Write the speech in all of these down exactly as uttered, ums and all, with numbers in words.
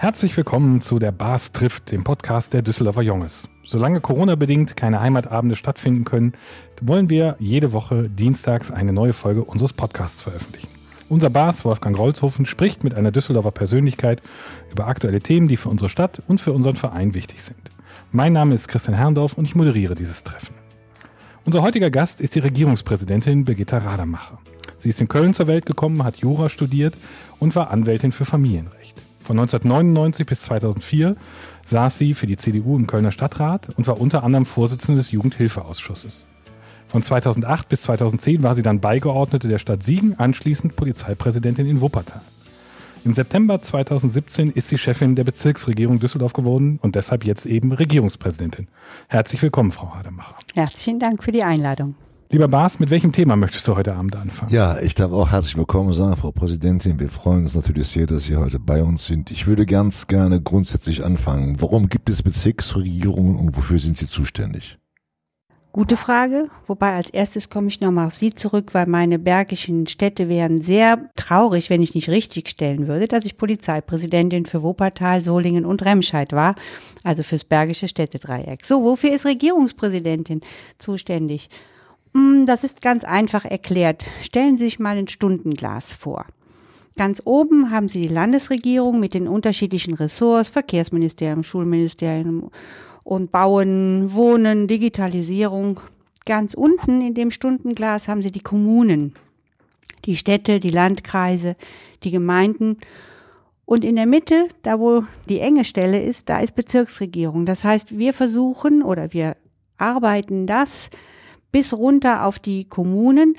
Herzlich willkommen zu der Bars trifft, dem Podcast der Düsseldorfer Jonges. Solange Corona-bedingt keine Heimatabende stattfinden können, wollen wir jede Woche dienstags eine neue Folge unseres Podcasts veröffentlichen. Unser Bars, Wolfgang Rolzhofen, spricht mit einer Düsseldorfer Persönlichkeit über aktuelle Themen, die für unsere Stadt und für unseren Verein wichtig sind. Mein Name ist Christian Herrndorf und ich moderiere dieses Treffen. Unser heutiger Gast ist die Regierungspräsidentin Birgitta Radermacher. Sie ist in Köln zur Welt gekommen, hat Jura studiert und war Anwältin für Familienrecht. Von neunzehnhundertneunundneunzig bis zweitausendvier saß sie für die C D U im Kölner Stadtrat und war unter anderem Vorsitzende des Jugendhilfeausschusses. Von zweitausendacht bis zweitausendzehn war sie dann Beigeordnete der Stadt Siegen, anschließend Polizeipräsidentin in Wuppertal. Im September zweitausendsiebzehn ist sie Chefin der Bezirksregierung Düsseldorf geworden und deshalb jetzt eben Regierungspräsidentin. Herzlich willkommen, Frau Radermacher. Herzlichen Dank für die Einladung. Lieber Bas, mit welchem Thema möchtest du heute Abend anfangen? Ja, ich darf auch herzlich willkommen sagen, Frau Präsidentin. Wir freuen uns natürlich sehr, dass Sie heute bei uns sind. Ich würde ganz gerne grundsätzlich anfangen. Warum gibt es Bezirksregierungen und wofür sind sie zuständig? Gute Frage, wobei als erstes komme ich nochmal auf Sie zurück, weil meine bergischen Städte wären sehr traurig, wenn ich nicht richtig stellen würde, dass ich Polizeipräsidentin für Wuppertal, Solingen und Remscheid war, also fürs bergische Städtedreieck. So, wofür ist Regierungspräsidentin zuständig? Das ist ganz einfach erklärt. Stellen Sie sich mal ein Stundenglas vor. Ganz oben haben Sie die Landesregierung mit den unterschiedlichen Ressorts, Verkehrsministerium, Schulministerium und Bauen, Wohnen, Digitalisierung. Ganz unten in dem Stundenglas haben Sie die Kommunen, die Städte, die Landkreise, die Gemeinden. Und in der Mitte, da wo die enge Stelle ist, da ist Bezirksregierung. Das heißt, wir versuchen oder wir arbeiten das bis runter auf die Kommunen,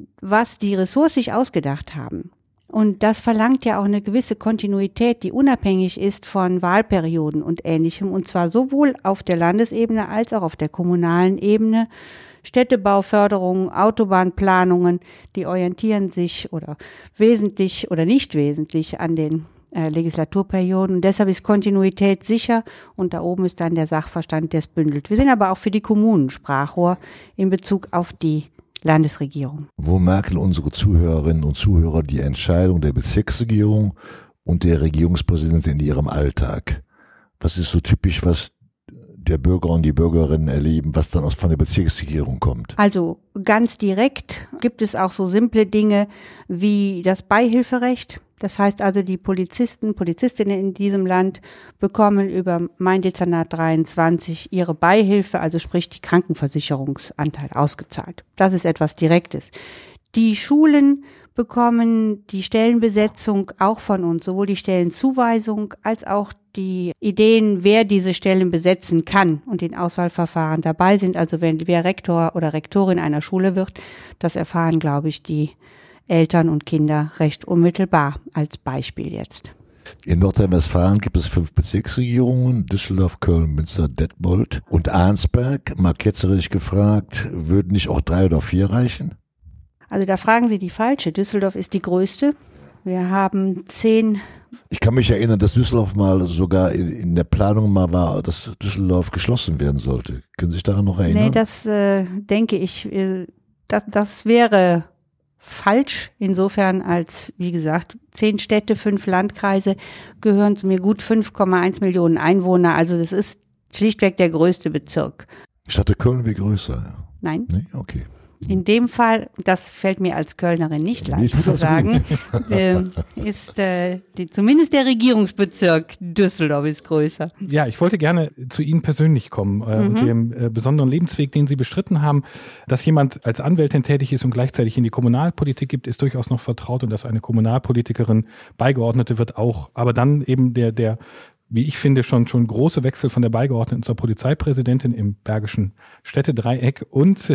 was die Ressorts sich ausgedacht haben. Und das verlangt ja auch eine gewisse Kontinuität, die unabhängig ist von Wahlperioden und Ähnlichem, und zwar sowohl auf der Landesebene als auch auf der kommunalen Ebene. Städtebauförderung, Autobahnplanungen, die orientieren sich oder wesentlich oder nicht wesentlich an den äh, Legislaturperioden. Und deshalb ist Kontinuität sicher und da oben ist dann der Sachverstand, der es bündelt. Wir sind aber auch für die Kommunen Sprachrohr in Bezug auf die Landesregierung. Wo merken unsere Zuhörerinnen und Zuhörer die Entscheidung der Bezirksregierung und der Regierungspräsidentin in ihrem Alltag? Was ist so typisch, was der Bürger und die Bürgerinnen erleben, was dann aus von der Bezirksregierung kommt? Also ganz direkt gibt es auch so simple Dinge wie das Beihilferecht. Das heißt also, die Polizisten, Polizistinnen in diesem Land bekommen über mein Dezernat dreiundzwanzig ihre Beihilfe, also sprich die Krankenversicherungsanteil ausgezahlt. Das ist etwas Direktes. Die Schulen bekommen die Stellenbesetzung auch von uns, sowohl die Stellenzuweisung als auch die Ideen, wer diese Stellen besetzen kann und in Auswahlverfahren dabei sind. Also wenn wer Rektor oder Rektorin einer Schule wird, das erfahren, glaube ich, die Eltern und Kinder recht unmittelbar, als Beispiel jetzt. In Nordrhein-Westfalen gibt es fünf Bezirksregierungen, Düsseldorf, Köln, Münster, Detmold und Arnsberg. Mal ketzerisch gefragt, würden nicht auch drei oder vier reichen? Also da fragen Sie die falsche. Düsseldorf ist die größte. Wir haben zehn. Ich kann mich erinnern, dass Düsseldorf mal sogar in, in der Planung mal war, dass Düsseldorf geschlossen werden sollte. Können Sie sich daran noch erinnern? Nee, das äh, denke ich, äh, das, das wäre falsch, insofern als, wie gesagt, zehn Städte, fünf Landkreise gehören zu mir, gut fünf Komma eins Millionen Einwohner, also das ist schlichtweg der größte Bezirk. Ich dachte, Köln wäre größer. Nein. Nee? Okay. In dem Fall, das fällt mir als Kölnerin nicht leicht zu sagen, äh, ist äh, die, zumindest der Regierungsbezirk Düsseldorf ist größer. Ja, ich wollte gerne zu Ihnen persönlich kommen äh, mhm. und dem äh, besonderen Lebensweg, den Sie bestritten haben. Dass jemand als Anwältin tätig ist und gleichzeitig in die Kommunalpolitik gibt, ist durchaus noch vertraut, und dass eine Kommunalpolitikerin Beigeordnete wird auch. Aber dann eben der, der wie ich finde, schon schon große Wechsel von der Beigeordneten zur Polizeipräsidentin im bergischen Städtedreieck und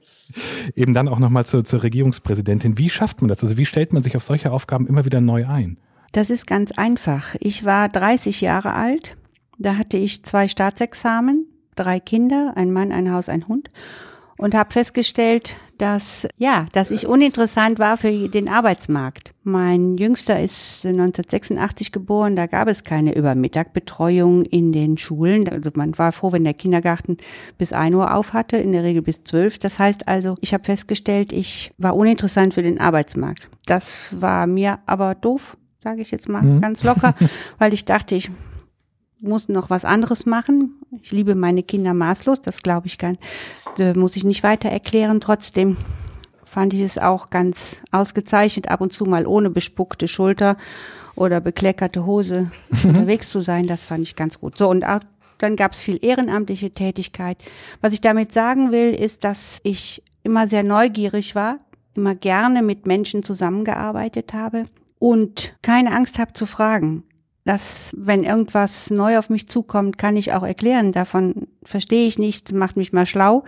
eben dann auch nochmal zur, zur Regierungspräsidentin. Wie schafft man das? Also wie stellt man sich auf solche Aufgaben immer wieder neu ein? Das ist ganz einfach. Ich war dreißig Jahre alt. Da hatte ich zwei Staatsexamen, drei Kinder, ein Mann, ein Haus, ein Hund. Und habe festgestellt, dass ja, dass ich uninteressant war für den Arbeitsmarkt. Mein Jüngster ist neunzehnhundertsechsundachtzig geboren, da gab es keine Übermittagbetreuung in den Schulen. Also man war froh, wenn der Kindergarten bis ein Uhr auf hatte, in der Regel bis zwölf. Das heißt also, ich habe festgestellt, ich war uninteressant für den Arbeitsmarkt. Das war mir aber doof. sage ich jetzt mal mhm. ganz locker, weil ich dachte, ich muss noch was anderes machen. Ich liebe meine Kinder maßlos, das glaube ich ganz, äh, muss ich nicht weiter erklären. Trotzdem fand ich es auch ganz ausgezeichnet, ab und zu mal ohne bespuckte Schulter oder bekleckerte Hose unterwegs zu sein. Das fand ich ganz gut. So, und auch, dann gab es viel ehrenamtliche Tätigkeit. Was ich damit sagen will, ist, dass ich immer sehr neugierig war, immer gerne mit Menschen zusammengearbeitet habe und keine Angst habe zu fragen. Dass, wenn irgendwas neu auf mich zukommt, kann ich auch erklären. Davon verstehe ich nichts, macht mich mal schlau.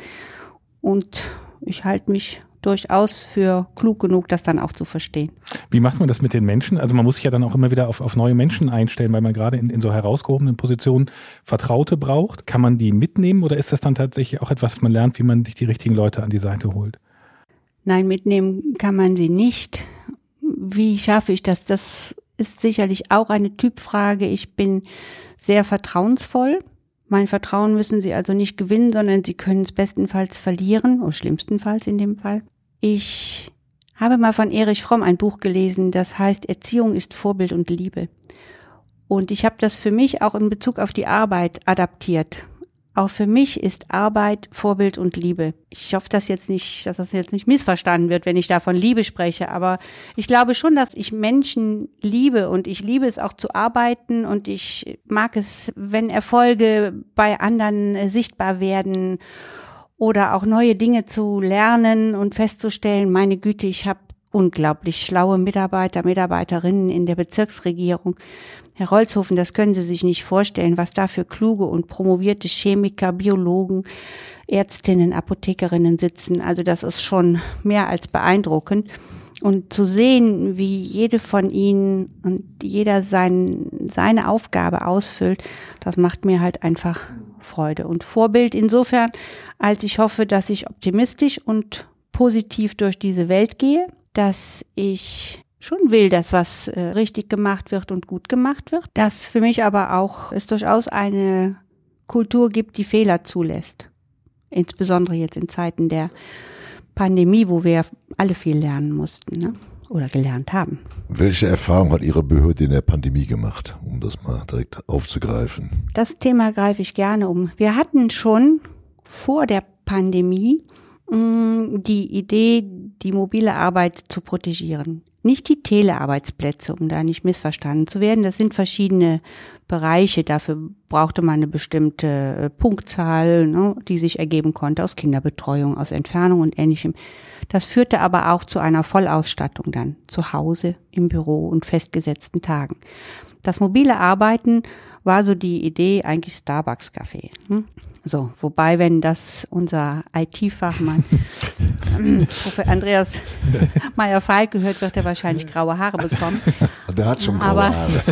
Und ich halte mich durchaus für klug genug, das dann auch zu verstehen. Wie macht man das mit den Menschen? Also man muss sich ja dann auch immer wieder auf, auf neue Menschen einstellen, weil man gerade in, in so herausgehobenen Positionen Vertraute braucht. Kann man die mitnehmen oder ist das dann tatsächlich auch etwas, was man lernt, wie man sich die richtigen Leute an die Seite holt? Nein, mitnehmen kann man sie nicht. Wie schaffe ich das? Das ist sicherlich auch eine Typfrage. Ich bin sehr vertrauensvoll. Mein Vertrauen müssen Sie also nicht gewinnen, sondern Sie können es bestenfalls verlieren, oder schlimmstenfalls in dem Fall. Ich habe mal von Erich Fromm ein Buch gelesen, das heißt Erziehung ist Vorbild und Liebe. Und ich habe das für mich auch in Bezug auf die Arbeit adaptiert. Auch für mich ist Arbeit Vorbild und Liebe. Ich hoffe, dass jetzt nicht, dass das jetzt nicht missverstanden wird, wenn ich da von Liebe spreche. Aber ich glaube schon, dass ich Menschen liebe und ich liebe es auch zu arbeiten und ich mag es, wenn Erfolge bei anderen sichtbar werden oder auch neue Dinge zu lernen und festzustellen, meine Güte, ich habe unglaublich schlaue Mitarbeiter, Mitarbeiterinnen in der Bezirksregierung. Herr Rolzhofen, das können Sie sich nicht vorstellen, was da für kluge und promovierte Chemiker, Biologen, Ärztinnen, Apothekerinnen sitzen. Also das ist schon mehr als beeindruckend. Und zu sehen, wie jede von ihnen und jeder sein, seine Aufgabe ausfüllt, das macht mir halt einfach Freude. Und Vorbild insofern, als ich hoffe, dass ich optimistisch und positiv durch diese Welt gehe, dass ich schon will, dass was äh, richtig gemacht wird und gut gemacht wird. Dass für mich aber auch es durchaus eine Kultur gibt, die Fehler zulässt. Insbesondere jetzt in Zeiten der Pandemie, wo wir alle viel lernen mussten, ne? Oder gelernt haben. Welche Erfahrung hat Ihre Behörde in der Pandemie gemacht, um das mal direkt aufzugreifen? Das Thema greife ich gerne um. Wir hatten schon vor der Pandemie mh, die Idee, die mobile Arbeit zu protegieren. Nicht die Telearbeitsplätze, um da nicht missverstanden zu werden. Das sind verschiedene Bereiche. Dafür brauchte man eine bestimmte äh, Punktzahl, ne, die sich ergeben konnte aus Kinderbetreuung, aus Entfernung und Ähnlichem. Das führte aber auch zu einer Vollausstattung dann, zu Hause, im Büro und festgesetzten Tagen. Das mobile Arbeiten war so die Idee, eigentlich Starbucks-Kaffee. Hm? So, wobei, wenn das unser I T-Fachmann Professor Andreas Meyer-Falk gehört, wird er wahrscheinlich graue Haare bekommen. Der hat schon graue Aber, Haare.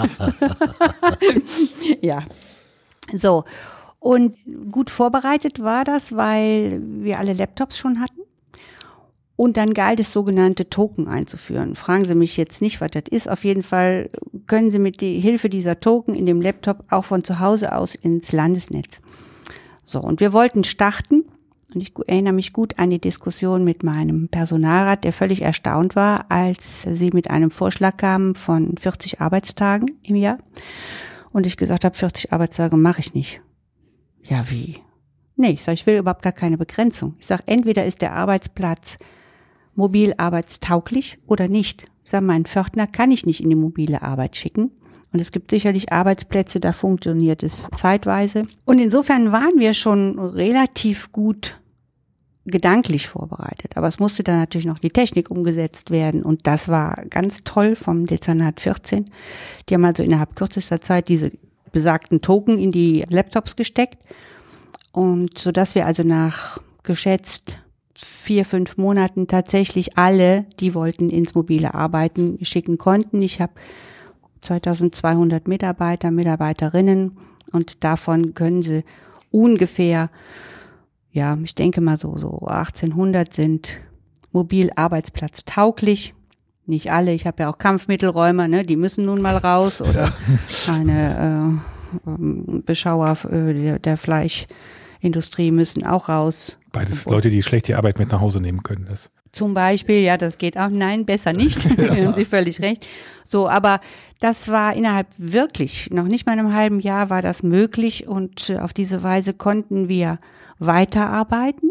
Ja, so. Und gut vorbereitet war das, weil wir alle Laptops schon hatten. Und dann galt es, sogenannte Token einzuführen. Fragen Sie mich jetzt nicht, was das ist. Auf jeden Fall können Sie mit der Hilfe dieser Token in dem Laptop auch von zu Hause aus ins Landesnetz. So, und wir wollten starten. Und ich erinnere mich gut an die Diskussion mit meinem Personalrat, der völlig erstaunt war, als sie mit einem Vorschlag kamen von vierzig Arbeitstagen im Jahr. Und ich gesagt habe, vierzig Arbeitstage mache ich nicht. Ja, wie? Nee, ich sage, ich will überhaupt gar keine Begrenzung. Ich sage, entweder ist der Arbeitsplatz mobil arbeitstauglich oder nicht. Ich sage, meinen Pförtner kann ich nicht in die mobile Arbeit schicken. Und es gibt sicherlich Arbeitsplätze, da funktioniert es zeitweise. Und insofern waren wir schon relativ gut gedanklich vorbereitet. Aber es musste dann natürlich noch die Technik umgesetzt werden. Und das war ganz toll vom Dezernat vierzehn. Die haben also innerhalb kürzester Zeit diese besagten Token in die Laptops gesteckt. Und so dass wir also nach geschätzt vier, fünf Monaten tatsächlich alle, die wollten, ins mobile Arbeiten schicken konnten. Ich habe zweitausendzweihundert Mitarbeiter, Mitarbeiterinnen und davon können sie ungefähr, ja, ich denke mal so, so achtzehnhundert sind mobil arbeitsplatztauglich. Nicht alle, ich habe ja auch Kampfmittelräumer, ne, die müssen nun mal raus oder eine äh, Beschauer äh, der Fleischindustrie müssen auch raus. Beides Leute, die schlecht die Arbeit mit nach Hause nehmen können. Das. Zum Beispiel, ja, das geht auch. Nein, besser nicht. Haben Sie völlig recht. So, aber das war innerhalb wirklich, noch nicht mal einem halben Jahr war das möglich und auf diese Weise konnten wir weiterarbeiten.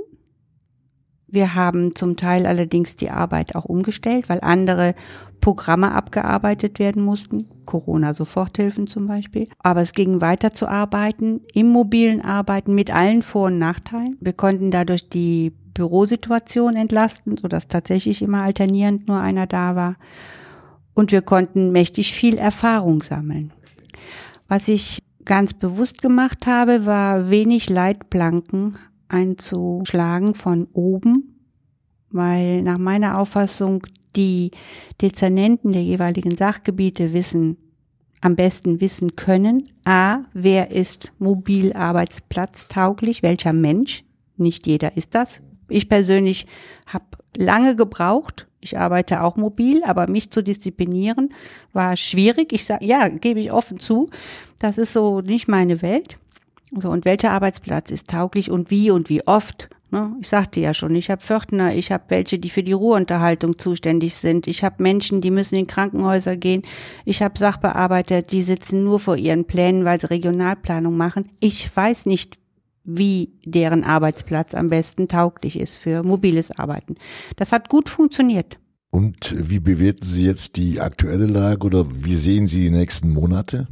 Wir haben zum Teil allerdings die Arbeit auch umgestellt, weil andere Programme abgearbeitet werden mussten, Corona-Soforthilfen zum Beispiel. Aber es ging weiter zu arbeiten, im mobilen Arbeiten mit allen Vor- und Nachteilen. Wir konnten dadurch die Bürosituation entlasten, sodass tatsächlich immer alternierend nur einer da war. Und wir konnten mächtig viel Erfahrung sammeln. Was ich ganz bewusst gemacht habe, war wenig Leitplanken einzuschlagen von oben, weil nach meiner Auffassung die Dezernenten der jeweiligen Sachgebiete wissen, am besten wissen können, a, wer ist mobil arbeitsplatztauglich, welcher Mensch, nicht jeder ist das. Ich persönlich habe lange gebraucht, ich arbeite auch mobil, aber mich zu disziplinieren war schwierig. Ich sage, ja, gebe ich offen zu, das ist so nicht meine Welt. So, und welcher Arbeitsplatz ist tauglich und wie und wie oft? Ne? Ich sagte ja schon, ich habe Pförtner, ich habe welche, die für die Ruheunterhaltung zuständig sind. Ich habe Menschen, die müssen in Krankenhäuser gehen. Ich habe Sachbearbeiter, die sitzen nur vor ihren Plänen, weil sie Regionalplanung machen. Ich weiß nicht, wie deren Arbeitsplatz am besten tauglich ist für mobiles Arbeiten. Das hat gut funktioniert. Und wie bewerten Sie jetzt die aktuelle Lage oder wie sehen Sie die nächsten Monate?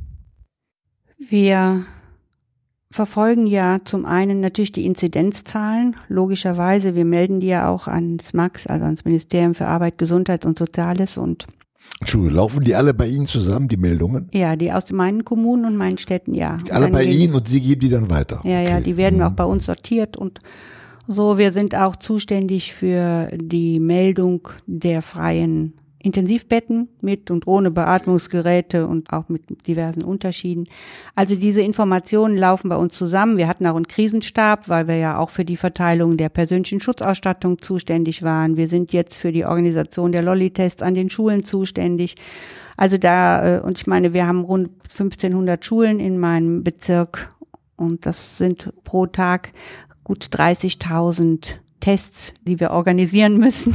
Wir verfolgen ja zum einen natürlich die Inzidenzzahlen, logischerweise. Wir melden die ja auch ans M A X, also ans Ministerium für Arbeit, Gesundheit und Soziales. Und Entschuldigung, laufen die alle bei Ihnen zusammen, die Meldungen? ja, die aus meinen Kommunen und meinen Städten, ja. Die alle bei Ihnen und Sie geben die dann weiter? Ja, okay. Ja, die werden mhm. auch bei uns sortiert und so. Wir sind auch zuständig für die Meldung der freien Intensivbetten mit und ohne Beatmungsgeräte und auch mit diversen Unterschieden. Also diese Informationen laufen bei uns zusammen. Wir hatten auch einen Krisenstab, weil wir ja auch für die Verteilung der persönlichen Schutzausstattung zuständig waren. Wir sind jetzt für die Organisation der Lolli-Tests an den Schulen zuständig. Also da, und ich meine, wir haben rund fünfzehnhundert Schulen in meinem Bezirk und das sind pro Tag gut dreißigtausend Tests, die wir organisieren müssen.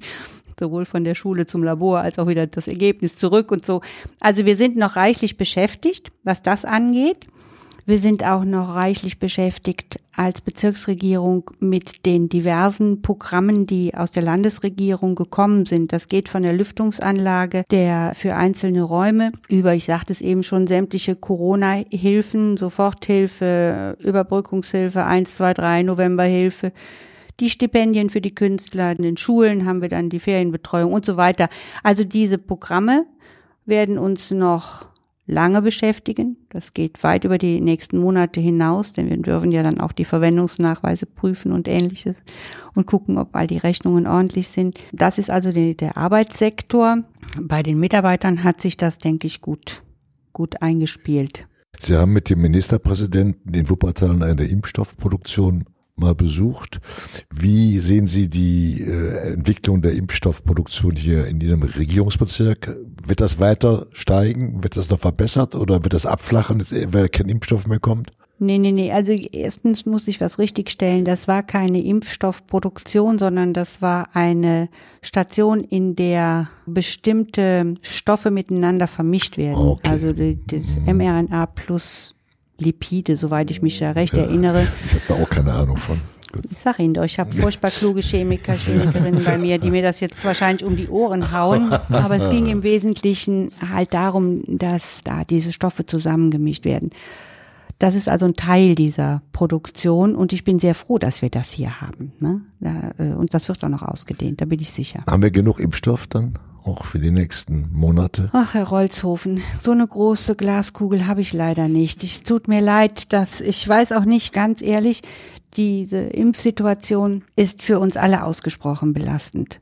Sowohl von der Schule zum Labor als auch wieder das Ergebnis zurück und so. Also wir sind noch reichlich beschäftigt, was das angeht. Wir sind auch noch reichlich beschäftigt als Bezirksregierung mit den diversen Programmen, die aus der Landesregierung gekommen sind. Das geht von der Lüftungsanlage der für einzelne Räume über, ich sagte es eben schon, sämtliche Corona-Hilfen, Soforthilfe, Überbrückungshilfe, eins, zwei, drei, Novemberhilfe, die Stipendien für die Künstler, in den Schulen haben wir dann die Ferienbetreuung und so weiter. Also diese Programme werden uns noch lange beschäftigen. Das geht weit über die nächsten Monate hinaus, denn wir dürfen ja dann auch die Verwendungsnachweise prüfen und Ähnliches und gucken, ob all die Rechnungen ordentlich sind. Das ist also die, der Arbeitssektor. Bei den Mitarbeitern hat sich das, denke ich, gut, gut eingespielt. Sie haben mit dem Ministerpräsidenten in Wuppertal eine Impfstoffproduktion mal besucht. Wie sehen Sie die äh, Entwicklung der Impfstoffproduktion hier in Ihrem Regierungsbezirk? Wird das weiter steigen? Wird das noch verbessert oder wird das abflachen, weil kein Impfstoff mehr kommt? Nee, nee, nee. Also erstens muss ich was richtigstellen. Das war keine Impfstoffproduktion, sondern das war eine Station, in der bestimmte Stoffe miteinander vermischt werden. Okay. Also die, die mRNA plus Lipide, soweit ich mich ja recht ja, erinnere. Ich habe da auch keine Ahnung von. Gut. Ich sage Ihnen doch, ich habe furchtbar kluge Chemiker, Chemikerinnen bei mir, die mir das jetzt wahrscheinlich um die Ohren hauen. Aber es ging im Wesentlichen halt darum, dass da diese Stoffe zusammengemischt werden. Das ist also ein Teil dieser Produktion und ich bin sehr froh, dass wir das hier haben. Ne? Und das wird auch noch ausgedehnt, da bin ich sicher. Haben wir genug Impfstoff dann? Auch für die nächsten Monate? Ach, Herr Rolzhofen, so eine große Glaskugel habe ich leider nicht. Es tut mir leid, dass ich weiß auch nicht, ganz ehrlich, diese Impfsituation ist für uns alle ausgesprochen belastend.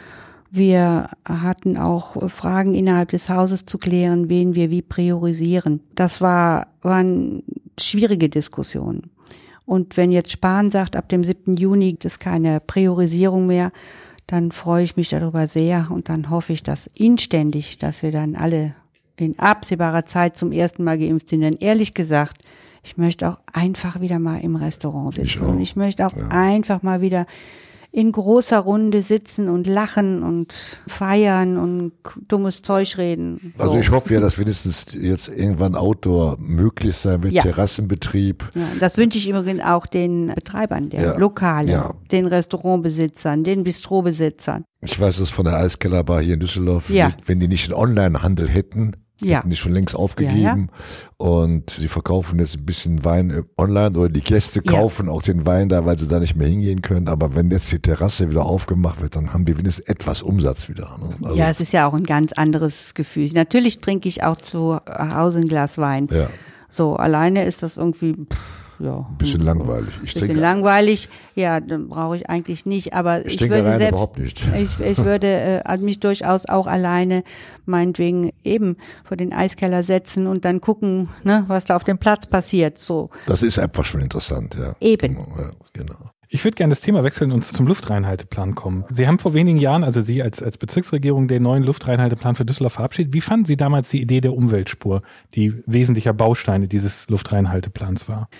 Wir hatten auch Fragen innerhalb des Hauses zu klären, wen wir wie priorisieren. Das war, waren schwierige Diskussionen. Und wenn jetzt Spahn sagt, ab dem siebten Juni gibt es keine Priorisierung mehr, dann freue ich mich darüber sehr und dann hoffe ich, dass inständig, dass wir dann alle in absehbarer Zeit zum ersten Mal geimpft sind. Denn ehrlich gesagt, ich möchte auch einfach wieder mal im Restaurant sitzen. Ich, und ich möchte auch ja. einfach mal wieder in großer Runde sitzen und lachen und feiern und dummes Zeug reden. So. Also ich hoffe ja, dass wenigstens jetzt irgendwann Outdoor möglich sein wird, ja. Terrassenbetrieb. Ja, das wünsche ich übrigens auch den Betreibern, der ja. Lokale, ja. den Restaurantbesitzern, den Bistrobesitzern. Ich weiß es von der Eiskellerbar hier in Düsseldorf, ja. wenn die nicht einen Onlinehandel hätten, Ja. hätten die schon längst aufgegeben Ja, ja. und sie verkaufen jetzt ein bisschen Wein online oder die Gäste kaufen ja. auch den Wein da, weil sie da nicht mehr hingehen können. Aber wenn jetzt die Terrasse wieder aufgemacht wird, dann haben die wenigstens etwas Umsatz wieder. Ne? Also ja, es ist ja auch ein ganz anderes Gefühl. Natürlich trinke ich auch zu Hause ein Glas Wein. Ja. So, alleine ist das irgendwie... Pff, ja, ein bisschen langweilig. Ich bisschen trinke, langweilig, ja, dann brauche ich eigentlich nicht, aber ich, ich trinke würde selbst, überhaupt nicht. Ich, ich würde äh, mich durchaus auch alleine meinetwegen eben vor den Eiskeller setzen und dann gucken, ne, was da auf dem Platz passiert. So. Das ist einfach schon interessant, ja. Eben. Ja, genau. Ich würde gerne das Thema wechseln und zum Luftreinhalteplan kommen. Sie haben vor wenigen Jahren, also Sie als, als Bezirksregierung, den neuen Luftreinhalteplan für Düsseldorf verabschiedet. Wie fanden Sie damals die Idee der Umweltspur, die wesentlicher Bausteine dieses Luftreinhalteplans war?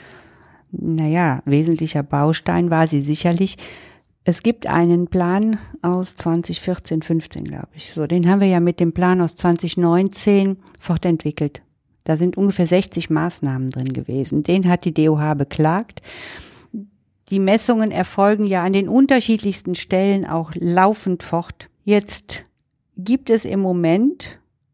Naja, wesentlicher Baustein war sie sicherlich. Es gibt einen Plan aus zwanzig vierzehn, fünfzehn, glaube ich. So, den haben wir ja mit dem Plan aus zwanzig neunzehn fortentwickelt. Da sind ungefähr sechzig Maßnahmen drin gewesen. Den hat die D O H beklagt. Die Messungen erfolgen ja an den unterschiedlichsten Stellen auch laufend fort. Jetzt gibt es im Moment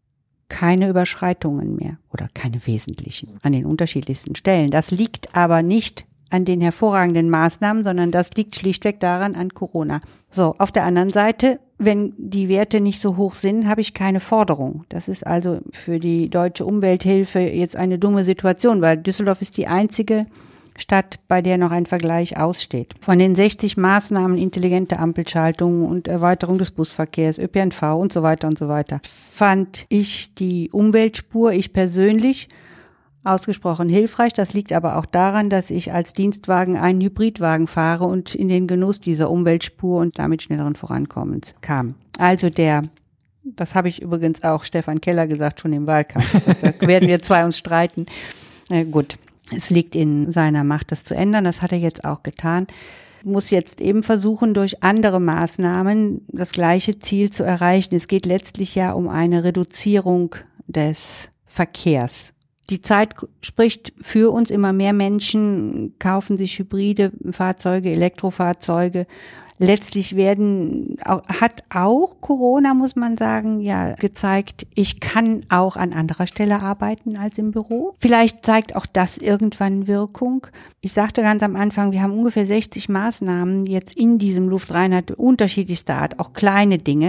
keine Überschreitungen mehr oder keine wesentlichen an den unterschiedlichsten Stellen. Das liegt aber nicht an den hervorragenden Maßnahmen, sondern das liegt schlichtweg daran an Corona. So, auf der anderen Seite, wenn die Werte nicht so hoch sind, habe ich keine Forderung. Das ist also für die Deutsche Umwelthilfe jetzt eine dumme Situation, weil Düsseldorf ist die einzige Stadt, bei der noch ein Vergleich aussteht. Von den sechzig Maßnahmen, intelligente Ampelschaltung und Erweiterung des Busverkehrs, Ö P N V und so weiter und so weiter, fand ich die Umweltspur, ich persönlich, ausgesprochen hilfreich. Das liegt aber auch daran, dass ich als Dienstwagen einen Hybridwagen fahre und in den Genuss dieser Umweltspur und damit schnelleren Vorankommens kam. Also der, das habe ich übrigens auch Stefan Keller gesagt, schon im Wahlkampf. Da werden wir zwei uns streiten. Äh, gut. Es liegt in seiner Macht, das zu ändern. Das hat er jetzt auch getan. Muss jetzt eben versuchen, durch andere Maßnahmen das gleiche Ziel zu erreichen. Es geht letztlich ja um eine Reduzierung des Verkehrs. Die Zeit spricht für uns. Immer mehr Menschen kaufen sich hybride Fahrzeuge, Elektrofahrzeuge. Letztlich werden, hat auch Corona, muss man sagen, ja gezeigt, ich kann auch an anderer Stelle arbeiten als im Büro. Vielleicht zeigt auch das irgendwann Wirkung. Ich sagte ganz am Anfang, wir haben ungefähr sechzig Maßnahmen jetzt in diesem Luftreinhalt unterschiedlichster Art, auch kleine Dinge,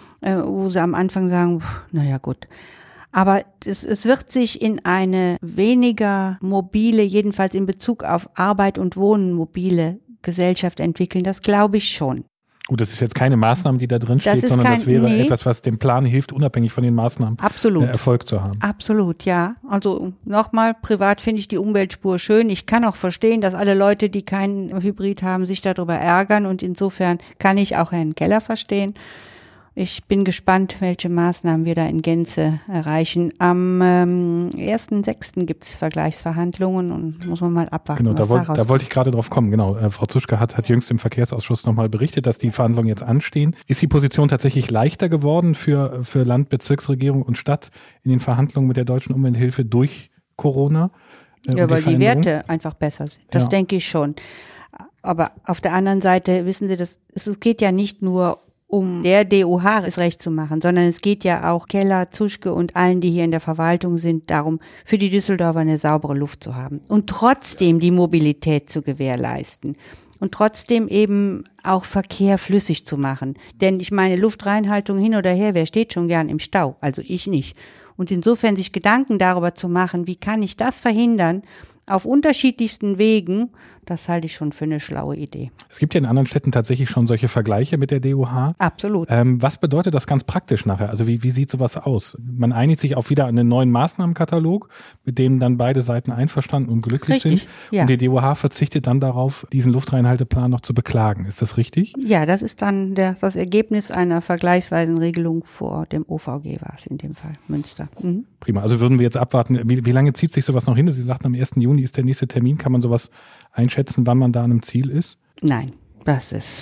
wo sie am Anfang sagen, naja gut. Aber es, es wird sich in eine weniger mobile, jedenfalls in Bezug auf Arbeit und Wohnen mobile Gesellschaft entwickeln. Das glaube ich schon. Gut, das ist jetzt keine Maßnahme, die da drin steht, sondern kein, das wäre nee. etwas, was dem Plan hilft, unabhängig von den Maßnahmen Absolut. Äh, Erfolg zu haben. Absolut, ja. Also nochmal, privat finde ich die Umweltspur schön. Ich kann auch verstehen, dass alle Leute, die keinen Hybrid haben, sich darüber ärgern und insofern kann ich auch Herrn Keller verstehen. Ich bin gespannt, welche Maßnahmen wir da in Gänze erreichen. Am ähm, ersten sechsten gibt es Vergleichsverhandlungen und muss man mal abwarten, genau, was da wollt, daraus da wollte ich gerade drauf kommen. Genau, äh, Frau Zuschke hat, hat jüngst im Verkehrsausschuss nochmal berichtet, dass die Verhandlungen jetzt anstehen. Ist die Position tatsächlich leichter geworden für, für Land, Bezirksregierung und Stadt in den Verhandlungen mit der Deutschen Umwelthilfe durch Corona? Äh, ja, weil die, die Werte einfach besser sind. Das ja. denke ich schon. Aber auf der anderen Seite, wissen Sie, das, es geht ja nicht nur um der D O H es recht zu machen, sondern es geht ja auch Keller, Zuschke und allen, die hier in der Verwaltung sind, darum, für die Düsseldorfer eine saubere Luft zu haben und trotzdem die Mobilität zu gewährleisten und trotzdem eben auch Verkehr flüssig zu machen. Denn ich meine, Luftreinhaltung hin oder her, wer steht schon gern im Stau? Also ich nicht. Und insofern sich Gedanken darüber zu machen, wie kann ich das verhindern, auf unterschiedlichsten Wegen, das halte ich schon für eine schlaue Idee. Es gibt ja in anderen Städten tatsächlich schon solche Vergleiche mit der D O H. Absolut. Ähm, was bedeutet das ganz praktisch nachher? Also wie, wie sieht sowas aus? Man einigt sich auf wieder einen neuen Maßnahmenkatalog, mit dem dann beide Seiten einverstanden und glücklich richtig, sind. Ja. Und die D O H verzichtet dann darauf, diesen Luftreinhalteplan noch zu beklagen. Ist das richtig? Ja, das ist dann der, das Ergebnis einer vergleichsweisen Regelung vor dem O V G war es in dem Fall, Münster. Mhm. Prima. Also würden wir jetzt abwarten, wie, wie lange zieht sich sowas noch hin? Sie sagten, am ersten Juni ist der nächste Termin. Kann man sowas einschätzen, wann man da an einem Ziel ist? Nein, das ist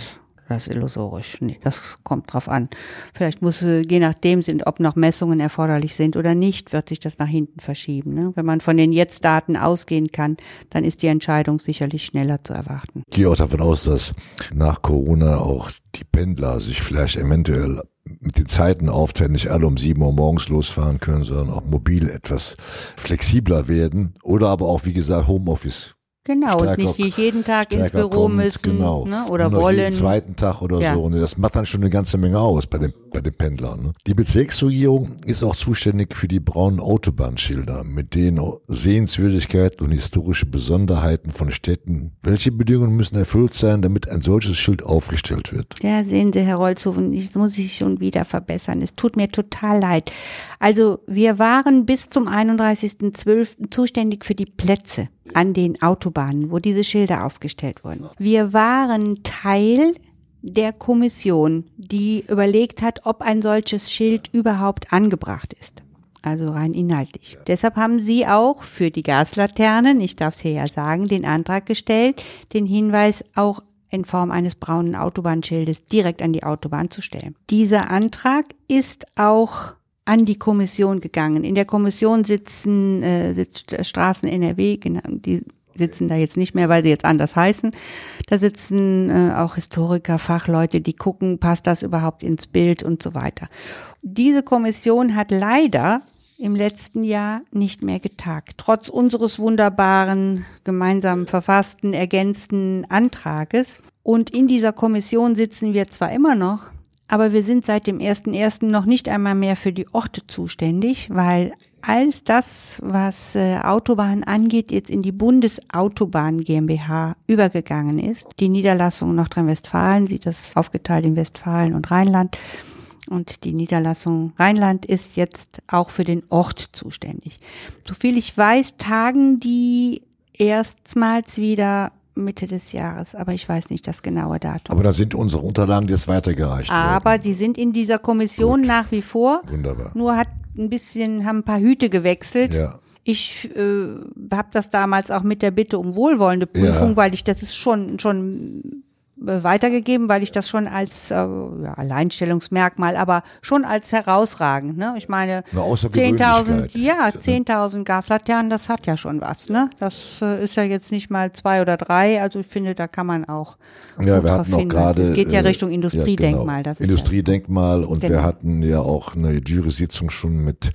das ist illusorisch. Nee, das kommt drauf an. Vielleicht muss, je nachdem, sind, ob noch Messungen erforderlich sind oder nicht, wird sich das nach hinten verschieben. Ne? Wenn man von den Jetzt-Daten ausgehen kann, dann ist die Entscheidung sicherlich schneller zu erwarten. Ich gehe auch davon aus, dass nach Corona auch die Pendler sich vielleicht eventuell mit den Zeiten aufteilen, nicht alle um sieben Uhr morgens losfahren können, sondern auch mobil etwas flexibler werden oder aber auch, wie gesagt, Homeoffice. Genau, und nicht die jeden Tag ins Büro kommt, müssen, genau. ne, oder und wollen. Jeden zweiten Tag oder ja. so. Und das macht dann schon eine ganze Menge aus bei den, bei den Pendlern. Ne? Die Bezirksregierung ist auch zuständig für die braunen Autobahnschilder, mit denen Sehenswürdigkeiten und historische Besonderheiten von Städten. Welche Bedingungen müssen erfüllt sein, damit ein solches Schild aufgestellt wird? Ja, sehen Sie, Herr Rolzhofen, ich muss ich schon wieder verbessern. Es tut mir total leid. Also wir waren bis zum einunddreißigsten zwölften zuständig für die Plätze an den Autobahnen, wo diese Schilder aufgestellt wurden. Wir waren Teil der Kommission, die überlegt hat, ob ein solches Schild überhaupt angebracht ist. Also rein inhaltlich. Deshalb haben Sie auch für die Gaslaternen, ich darf es hier ja sagen, den Antrag gestellt, den Hinweis auch in Form eines braunen Autobahnschildes direkt an die Autobahn zu stellen. Dieser Antrag ist auch an die Kommission gegangen. In der Kommission sitzen äh, sitzt Straßen N R W, die sitzen da jetzt nicht mehr, weil sie jetzt anders heißen. Da sitzen äh, auch Historiker, Fachleute, die gucken, passt das überhaupt ins Bild und so weiter. Diese Kommission hat leider im letzten Jahr nicht mehr getagt. Trotz unseres wunderbaren, gemeinsam verfassten, ergänzten Antrages. Und in dieser Kommission sitzen wir zwar immer noch, aber wir sind seit dem ersten ersten noch nicht einmal mehr für die Orte zuständig, weil alles das, was äh, Autobahn angeht, jetzt in die Bundesautobahn GmbH übergegangen ist. Die Niederlassung Nordrhein-Westfalen sieht das aufgeteilt in Westfalen und Rheinland. Und die Niederlassung Rheinland ist jetzt auch für den Ort zuständig. Soviel ich weiß, tagen die erstmals wieder Mitte des Jahres, aber ich weiß nicht das genaue Datum. Aber da sind unsere Unterlagen jetzt weitergereicht Aber worden. die sind in dieser Kommission Gut. nach wie vor. Wunderbar. Nur hat ein bisschen, haben ein paar Hüte gewechselt. Ja. Ich äh, habe das damals auch mit der Bitte um wohlwollende Prüfung, Ja. weil ich, das ist schon, schon weitergegeben, weil ich das schon als äh, ja, Alleinstellungsmerkmal, aber schon als herausragend, ne? Ich meine, Eine Außergewöhnlichkeit. zehntausend, ja, zehntausend Gaslaternen, das hat ja schon was, ne? Das äh, ist ja jetzt nicht mal zwei oder drei, also ich finde, da kann man auch Ja, gut wir drauf hatten auch hinweisen. gerade. Es geht ja äh, Richtung Industriedenkmal. Ja, genau. Das ist Industriedenkmal und Genau. wir hatten ja auch eine Jury-Sitzung schon mit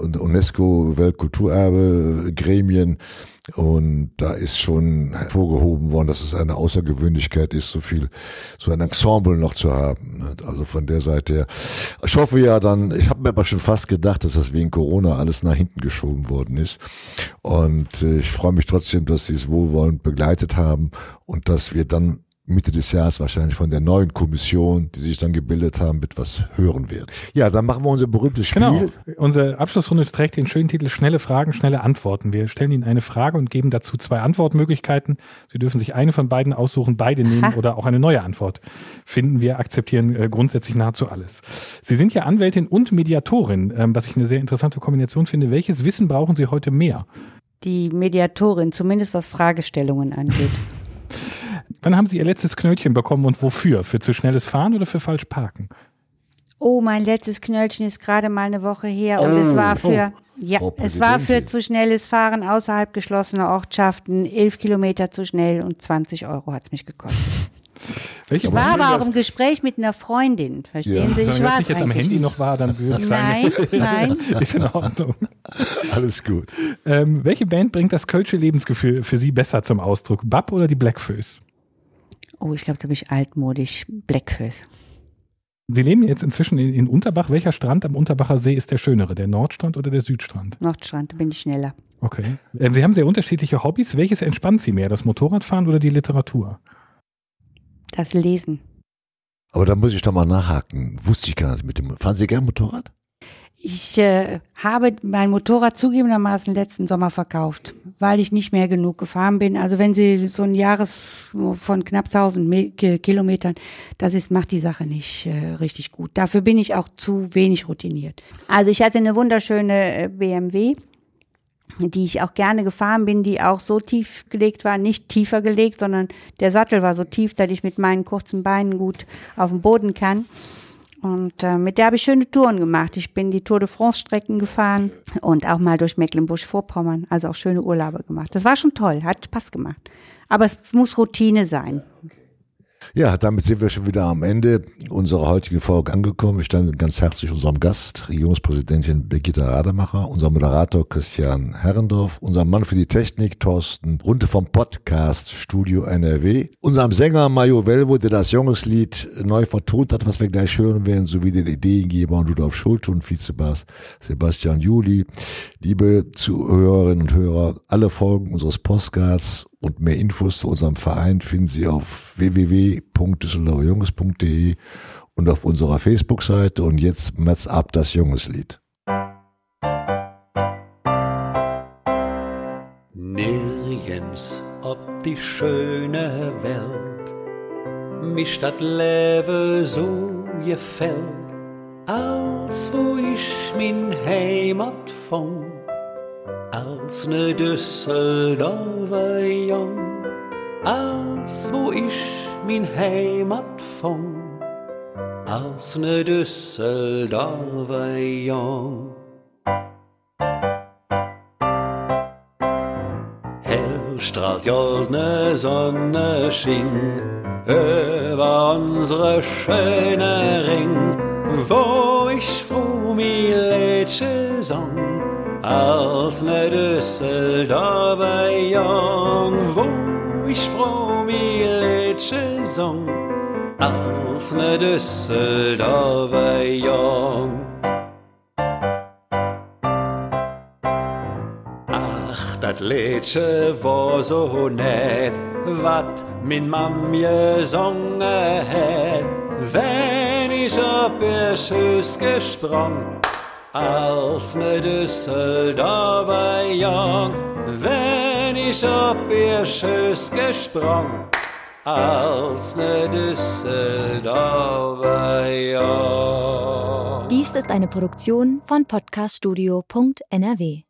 UNESCO-Weltkulturerbe-Gremien. Und da ist schon hervorgehoben worden, dass es eine Außergewöhnlichkeit ist, so viel, so ein Ensemble noch zu haben. Also von der Seite her. Ich hoffe ja dann, ich habe mir aber schon fast gedacht, dass das wegen Corona alles nach hinten geschoben worden ist. Und ich freue mich trotzdem, dass Sie es wohlwollend begleitet haben und dass wir dann Mitte des Jahres wahrscheinlich von der neuen Kommission, die sich dann gebildet haben, etwas hören werden. Ja, dann machen wir unser berühmtes Spiel. Genau. Unsere Abschlussrunde trägt den schönen Titel Schnelle Fragen, schnelle Antworten. Wir stellen Ihnen eine Frage und geben dazu zwei Antwortmöglichkeiten. Sie dürfen sich eine von beiden aussuchen, beide nehmen Ha. oder auch eine neue Antwort finden. Wir akzeptieren äh, grundsätzlich nahezu alles. Sie sind ja Anwältin und Mediatorin, ähm, was ich eine sehr interessante Kombination finde. Welches Wissen brauchen Sie heute mehr? Die Mediatorin, zumindest was Fragestellungen angeht. Wann haben Sie Ihr letztes Knöllchen bekommen und wofür? Für zu schnelles Fahren oder für falsch parken? Oh, mein letztes Knöllchen ist gerade mal eine Woche her und es war für, ja, Frau es war für Präsidentin. zu schnelles Fahren außerhalb geschlossener Ortschaften, elf Kilometer zu schnell und zwanzig Euro hat's mich gekostet. Welche Ich war schön, aber auch dass- im Gespräch mit einer Freundin, verstehen Ja. Sie? Ich Wenn das war nicht jetzt am eigentlich Handy nicht. noch war, dann würde ich sagen, Nein, nein. ist in Ordnung. Alles gut. Ähm, welche Band bringt das Kölsche Lebensgefühl für Sie besser zum Ausdruck? Bab oder die Blackfoes? Oh, ich glaube, da bin ich altmodisch. Blackfoes. Sie leben jetzt inzwischen in, in Unterbach. Welcher Strand am Unterbacher See ist der schönere? Der Nordstrand oder der Südstrand? Nordstrand, da bin ich schneller. Okay. Ähm, Sie haben sehr unterschiedliche Hobbys. Welches entspannt Sie mehr? Das Motorradfahren oder die Literatur? Das Lesen. Aber da muss ich doch mal nachhaken. Wusste ich gar nicht mit dem. Fahren Sie gern Motorrad? Ich äh, habe mein Motorrad zugegebenermaßen letzten Sommer verkauft, weil ich nicht mehr genug gefahren bin. Also wenn Sie so ein Jahres von knapp tausend Me- Ki- Kilometern, das ist, macht die Sache nicht äh, richtig gut. Dafür bin ich auch zu wenig routiniert. Also ich hatte eine wunderschöne äh, B M W die ich auch gerne gefahren bin, die auch so tief gelegt war, nicht tiefer gelegt, sondern der Sattel war so tief, dass ich mit meinen kurzen Beinen gut auf dem Boden kann. Und äh, mit der habe ich schöne Touren gemacht. Ich bin die Tour de France Strecken gefahren und auch mal durch Mecklenburg-Vorpommern, also auch schöne Urlaube gemacht. Das war schon toll, hat Spaß gemacht. Aber es muss Routine sein. Ja, damit sind wir schon wieder am Ende unserer heutigen Folge angekommen. Ich danke ganz herzlich unserem Gast, Regierungspräsidentin Birgitta Rademacher, unserem Moderator Christian Herrendorf, unserem Mann für die Technik Thorsten Runte vom Podcast Studio N R W, unserem Sänger Mario Velvo, der das Jungeslied neu vertont hat, was wir gleich hören werden, sowie den Ideengeber Rudolf Schulte und Vizebass Sebastian Juli. Liebe Zuhörerinnen und Hörer, alle Folgen unseres Postcards und mehr Infos zu unserem Verein finden Sie auf w w w punkt düsseldorfer junges punkt de und auf unserer Facebook-Seite. Und jetzt Mats ab das Jungeslied. Nirgends ob die schöne Welt mich das Leben so gefällt, als wo ich min Heimat fand. Als ne Düsseldorfer Jung, als wo ich min Heimat fand, als ne Düsseldorfer Jung. Hell strahlt goldne Sonne schien über unsere schöne Ring, wo ich froh mi Lädsche sang. Als ne Düsseldorfer Jung, wo ich froh mi Lädsche sang, als ne Düsseldorfer Jung. Ach, dat Lädsche war so nett, wat min Mam gesungen het, wenn ich ob ihr Schüss gesprang. Als ne Düsseldorfer Jung, wenn ich ob ihr Schüss gesprang, als ne Düsseldorfer Jung. Dies ist eine Produktion von podcaststudio punkt n r w.